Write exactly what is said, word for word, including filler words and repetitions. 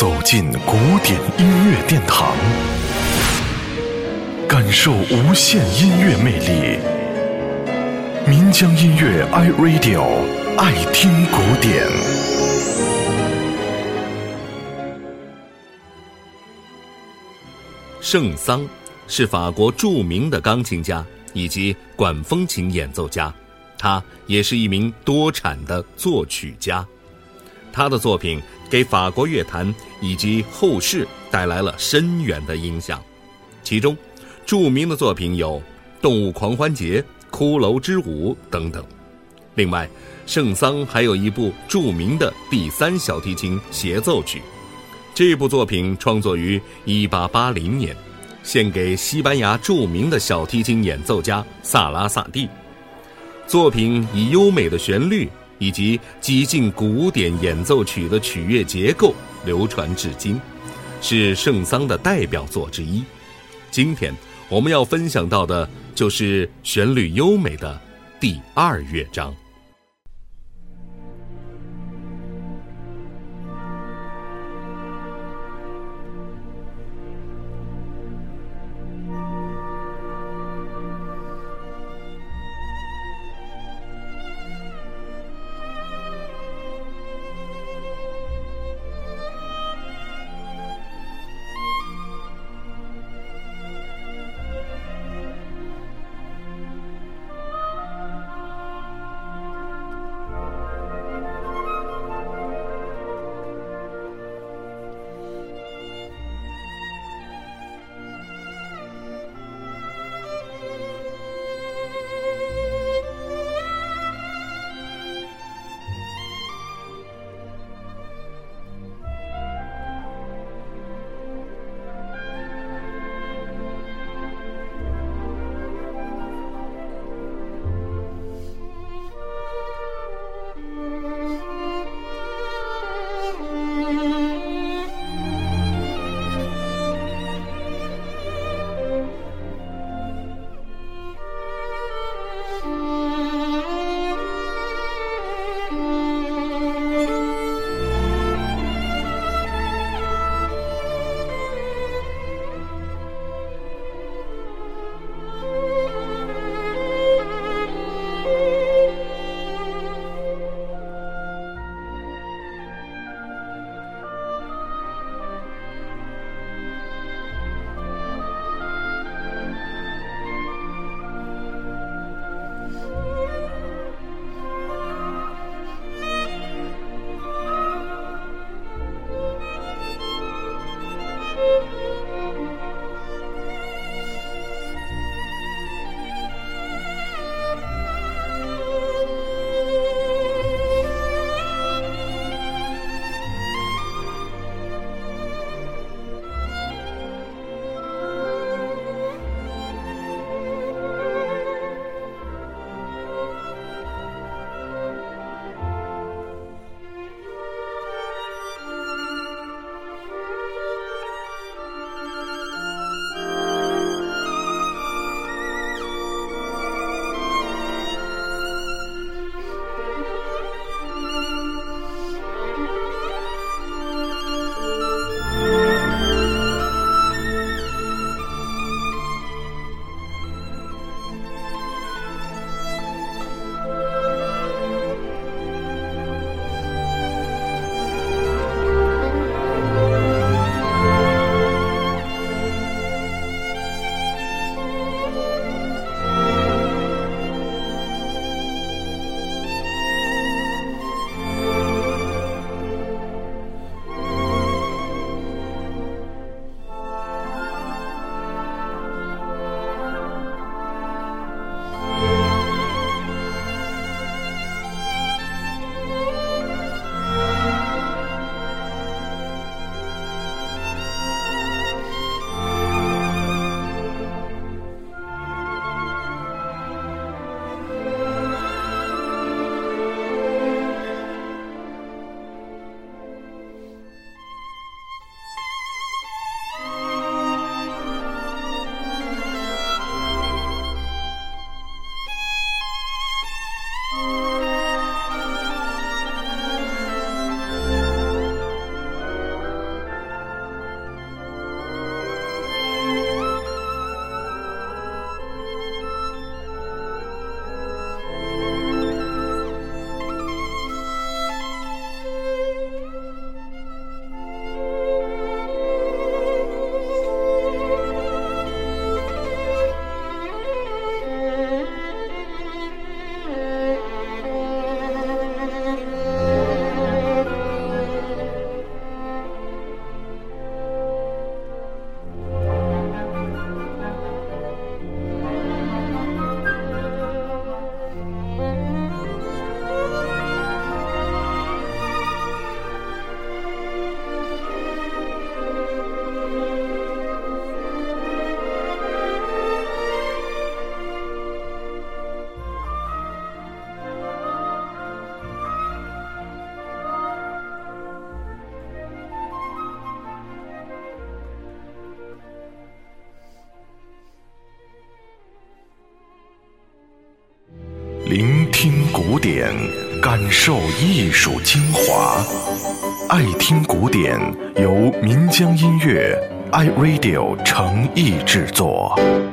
走进古典音乐殿堂，感受无限音乐魅力。民江音乐 iRadio， 爱听古典。 圣桑是法国著名的钢琴家以及管风琴演奏家，他也是一名多产的作曲家。他的作品给法国乐坛以及后世带来了深远的影响，其中著名的作品有《动物狂欢节》《骷髅之舞》等等。另外，圣桑还有一部著名的第三小提琴协奏曲，这部作品创作于一八八零年，献给西班牙著名的小提琴演奏家萨拉萨蒂。作品以优美的旋律以及极尽古典演奏曲的曲乐结构流传至今，是圣桑的代表作之一。今天我们要分享到的就是旋律优美的第二乐章。 聆听古典，感受艺术精华。爱听古典由岷江音乐 iRadio 诚意制作。